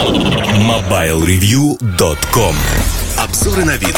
MobileReview.com. Обзоры новинок.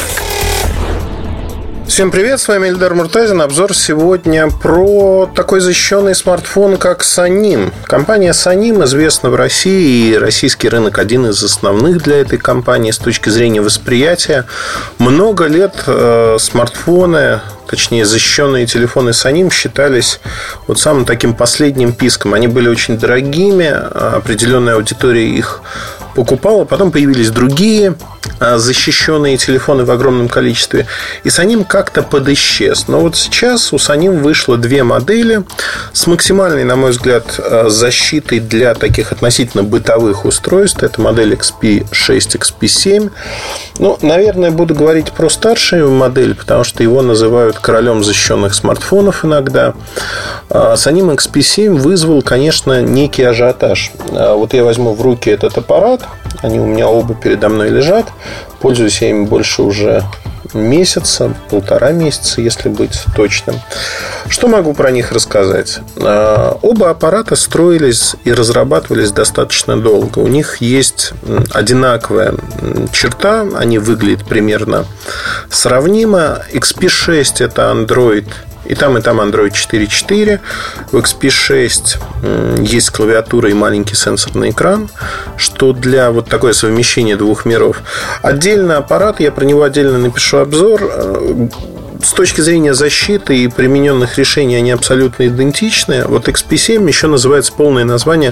Всем привет, с вами Эльдар Муртазин. Обзор сегодня про такой защищенный смартфон, как Sanім. Компания Sanім известна в России, и российский рынок один из основных для этой компании с точки зрения восприятия. Много лет смартфоны, точнее защищенные телефоны Sanім, считались вот самым таким последним писком. Они были очень дорогими, определенная аудитория их покупала. Потом появились другие защищенные телефоны в огромном количестве, и Sanім как-то подисчез. Но вот сейчас у Sanім вышло две модели с максимальной, на мой взгляд, защитой для таких относительно бытовых устройств. Это модель XP6, XP7. Ну, наверное, буду говорить про старшую модель, потому что его называют королем защищенных смартфонов иногда. Sanім XP7 вызвал, конечно, некий ажиотаж. Вот я возьму в руки этот аппарат. Они у меня оба передо мной лежат. Пользуюсь я им больше уже месяца, полтора месяца, если быть точным. Что могу про них рассказать? Оба аппарата строились и разрабатывались достаточно долго. У них есть одинаковая черта. Они выглядят примерно сравнимо. XP6 это Android. И там Android 4.4. В XP6 есть клавиатура и маленький сенсорный экран, что для вот такое совмещение двух миров. Отдельно аппарат, я про него отдельно напишу обзор. С точки зрения защиты и примененных решений они абсолютно идентичны. Вот XP7 еще называется полное название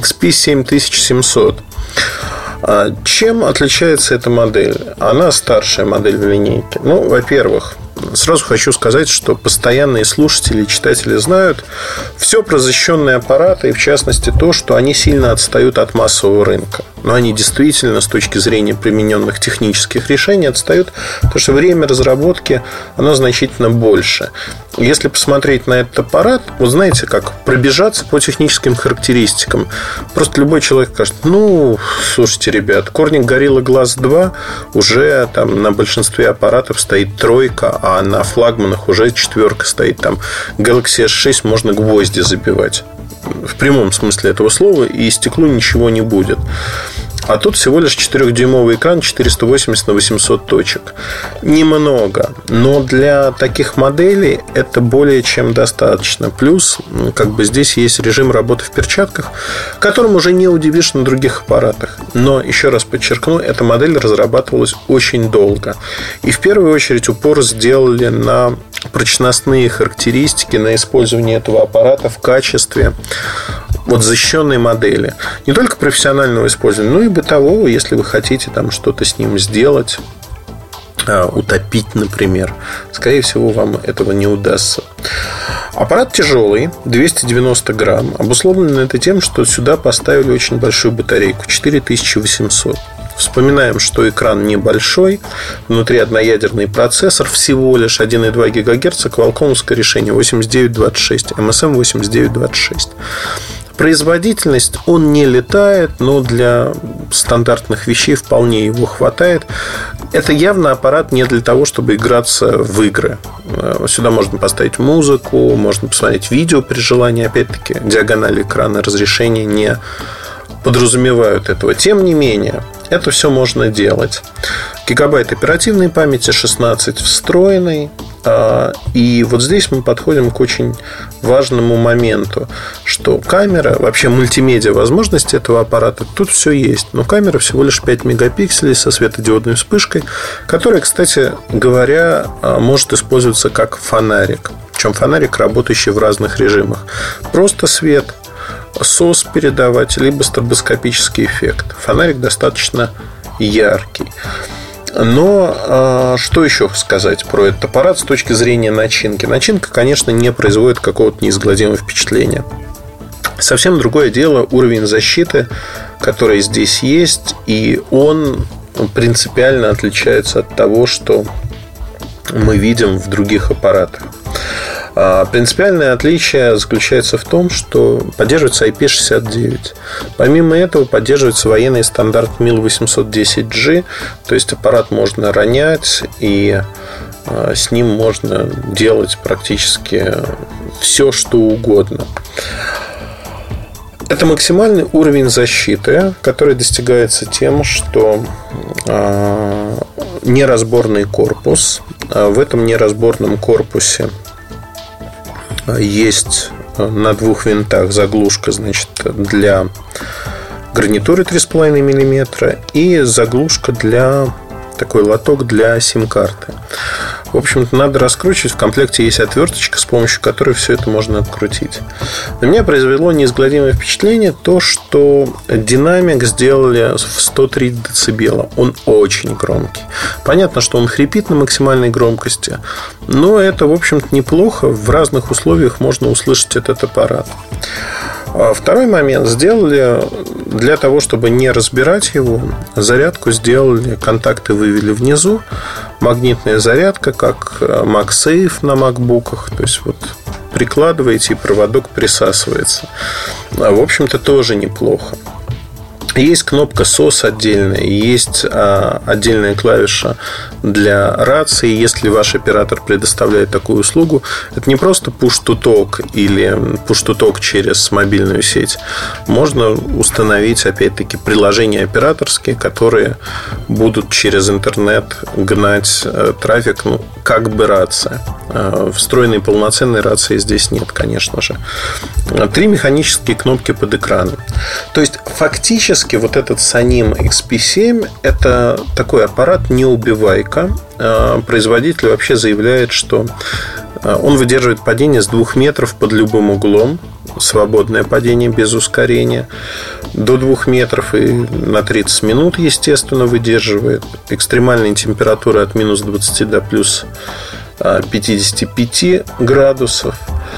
XP7700. Чем отличается эта модель? Она старшая модель в линейке. Ну, во-первых, сразу хочу сказать, что постоянные слушатели и читатели знают все про защищенные аппараты, и в частности то, что они сильно отстают от массового рынка. Но они действительно с точки зрения примененных технических решений отстают, потому что время разработки оно значительно больше. Если посмотреть на этот аппарат, вот знаете, как пробежаться по техническим характеристикам. Просто любой человек скажет: ну, слушайте, ребят, Corning Gorilla Glass 2 уже там на большинстве аппаратов стоит тройка, а на флагманах уже четверка стоит. Там Galaxy S6 можно гвозди забивать в прямом смысле этого слова, и стеклу ничего не будет. А тут всего лишь 4-дюймовый экран, 480 на 800 точек. Немного, но для таких моделей это более чем достаточно. Плюс, как бы здесь есть режим работы в перчатках, которым уже не удивишь на других аппаратах. Но, еще раз подчеркну, эта модель разрабатывалась очень долго. И в первую очередь упор сделали на прочностные характеристики, на использование этого аппарата в качестве вот защищенной модели. Не только профессионального использования, но и бытового, если вы хотите там что-то с ним сделать, утопить, например. Скорее всего, вам этого не удастся. Аппарат тяжелый, 290 грамм. Обусловлено это тем, что сюда поставили очень большую батарейку, 4800. Вспоминаем, что экран небольшой, внутри одноядерный процессор, всего лишь 1,2 ГГц, квалкомовское решение 8926, MSM 8926. Производительность он не летает, но для стандартных вещей вполне его хватает. Это явно аппарат не для того, чтобы играться в игры. Сюда можно поставить музыку, можно посмотреть видео при желании. Опять-таки, диагональ экрана, разрешение не подразумевают этого. Тем не менее, это все можно делать. Гигабайт оперативной памяти, 16 встроенной. И вот здесь мы подходим к очень важному моменту, что камера, вообще мультимедиа возможности этого аппарата, тут все есть. Но камера всего лишь 5 мегапикселей со светодиодной вспышкой, которая, кстати говоря, может использоваться как фонарик. Причем фонарик, работающий в разных режимах. Просто свет, SOS передавать, либо стробоскопический эффект. Фонарик достаточно яркий. Но что еще сказать про этот аппарат с точки зрения начинки? Начинка, конечно, не производит какого-то неизгладимого впечатления. Совсем другое дело уровень защиты, который здесь есть, и он принципиально отличается от того, что мы видим в других аппаратах. Принципиальное отличие заключается в том, что поддерживается IP69. Помимо этого поддерживается военный стандарт MIL-810G. То есть аппарат можно ронять, и с ним можно делать практически все, что угодно. Это максимальный уровень защиты, который достигается тем, что неразборный корпус. В этом неразборном корпусе есть на 2 винтах заглушка, значит, для гарнитуры 3,5 мм и заглушка для такой лоток для сим-карты. В общем-то, надо раскручивать. В комплекте есть отверточка, с помощью которой все это можно открутить. На меня произвело неизгладимое впечатление то, что динамик сделали в 103 дБ. Он очень громкий. Понятно, что он хрипит на максимальной громкости, но это, в общем-то, неплохо. В разных условиях можно услышать этот аппарат. Второй момент. Сделали для того, чтобы не разбирать его, зарядку сделали, контакты вывели внизу. Магнитная зарядка, как MagSafe на макбуках. То есть, вот прикладываете, и проводок присасывается. В общем-то, тоже неплохо. Есть кнопка SOS отдельная, есть отдельная клавиша для рации. Если ваш оператор предоставляет такую услугу, это не просто push-to-talk или push-to-talk через мобильную сеть. Можно установить, опять-таки, приложения операторские, которые будут через интернет гнать трафик, как бы рация. Встроенной полноценной рации здесь нет, конечно же. 3 механические кнопки под экраном. То есть, фактически, вот этот Sanim XP7 – это такой аппарат неубивайка. Производитель вообще заявляет, что он выдерживает падение с 2 метров под любым углом. Свободное падение без ускорения. До 2 метров и на 30 минут, естественно, выдерживает. Экстремальные температуры от минус 20 до плюс 55 градусов.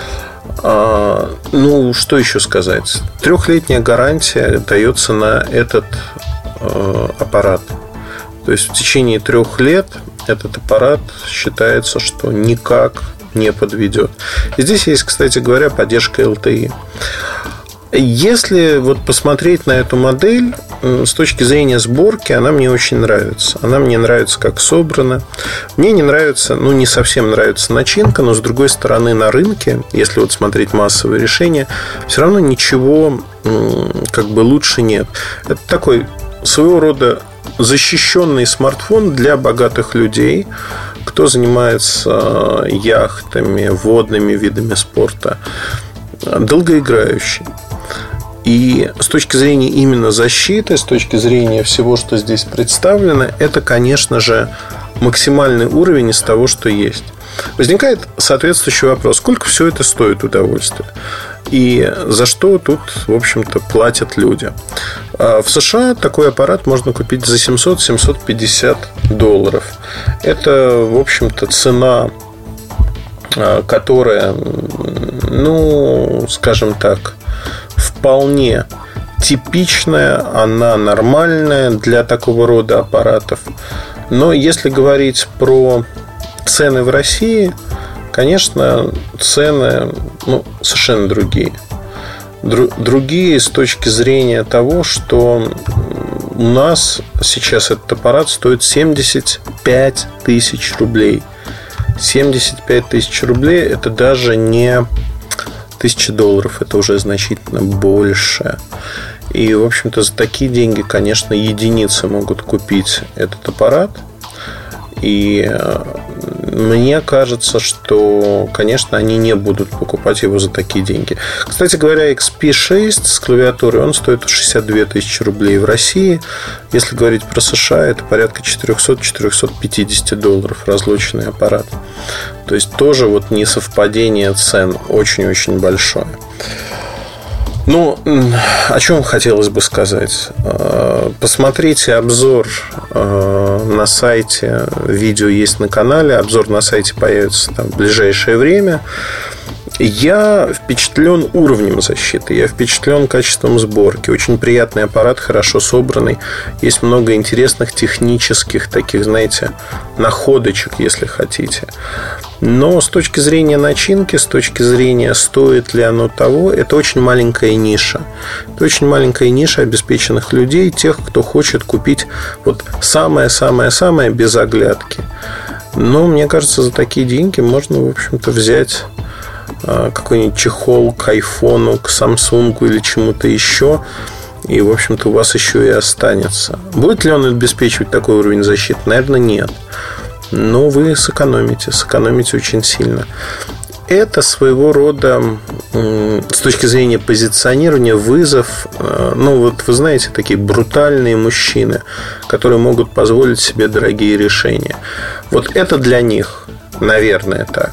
Что еще сказать? 3-летняя гарантия дается на этот аппарат. То есть в течение 3 лет этот аппарат считается, что никак не подведет. И здесь есть, кстати говоря, поддержка LTE. Если вот посмотреть на эту модель с точки зрения сборки, она мне очень нравится. Она мне нравится, как собрана. Мне не нравится, не совсем нравится начинка, но с другой стороны, на рынке, если вот смотреть массовые решения, все равно ничего как бы лучше нет. Это такой своего рода защищенный смартфон для богатых людей, кто занимается яхтами, водными видами спорта, долгоиграющий. И с точки зрения именно защиты, с точки зрения всего, что здесь представлено, это, конечно же, максимальный уровень из того, что есть. Возникает соответствующий вопрос: сколько все это стоит удовольствие? И за что тут, в общем-то, платят люди? В США такой аппарат можно купить за $700-750. Это, в общем-то, цена, которая, скажем так, вполне типичная, она нормальная для такого рода аппаратов. Но если говорить про цены в России, конечно, цены совершенно другие. Другие с точки зрения того, что у нас сейчас этот аппарат стоит 75 тысяч рублей. 75 тысяч рублей – это даже не $1000, это уже значительно больше. И, в общем-то, за такие деньги, конечно, единицы могут купить этот аппарат. И мне кажется, что, конечно, они не будут покупать его за такие деньги. Кстати говоря, XP6 с клавиатурой, он стоит 62 тысячи рублей в России. Если говорить про США, это порядка $400-450 разлученный аппарат. То есть тоже вот несовпадение цен очень-очень большое. О чем хотелось бы сказать? Посмотрите обзор на сайте. Видео есть на канале. Обзор на сайте появится в ближайшее время. Я впечатлен уровнем защиты. Я впечатлен качеством сборки. Очень приятный аппарат, хорошо собранный. Есть много интересных технических таких, находочек, если хотите. Но с точки зрения начинки, с точки зрения, стоит ли оно того, это очень маленькая ниша. Это очень маленькая ниша обеспеченных людей, тех, кто хочет купить вот самое-самое-самое без оглядки. Но мне кажется, за такие деньги можно, в общем-то, взять какой-нибудь чехол к айфону, к Самсунгу или чему-то еще. И, в общем-то, у вас еще и останется. Будет ли он обеспечивать такой уровень защиты? Наверное, нет. Но вы сэкономите очень сильно. Это своего рода, с точки зрения позиционирования, вызов. Ну, вот вы знаете, такие брутальные мужчины, которые могут позволить себе дорогие решения. Вот это для них, наверное, так.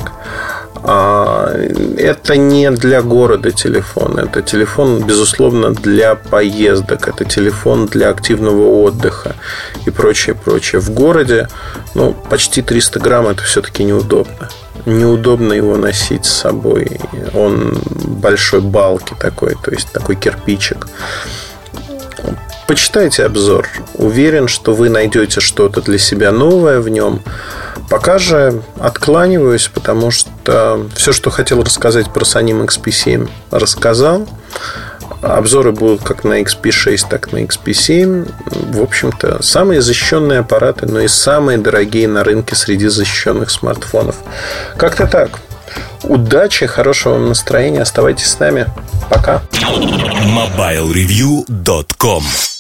Это не для города телефон. Это телефон, безусловно, для поездок. Это телефон для активного отдыха и прочее. В городе почти 300 грамм. Это все-таки неудобно. Неудобно его носить с собой. Он большой балки такой, то есть такой кирпичик. Почитайте обзор. Уверен, что вы найдете что-то для себя новое в нем. Пока же откланиваюсь, потому что все, что хотел рассказать про Sanім XP7, рассказал. Обзоры будут как на XP6, так и на XP7. В общем-то, самые защищенные аппараты, но и самые дорогие на рынке среди защищенных смартфонов. Как-то так. Удачи, хорошего вам настроения. Оставайтесь с нами. Пока. MobileReview.com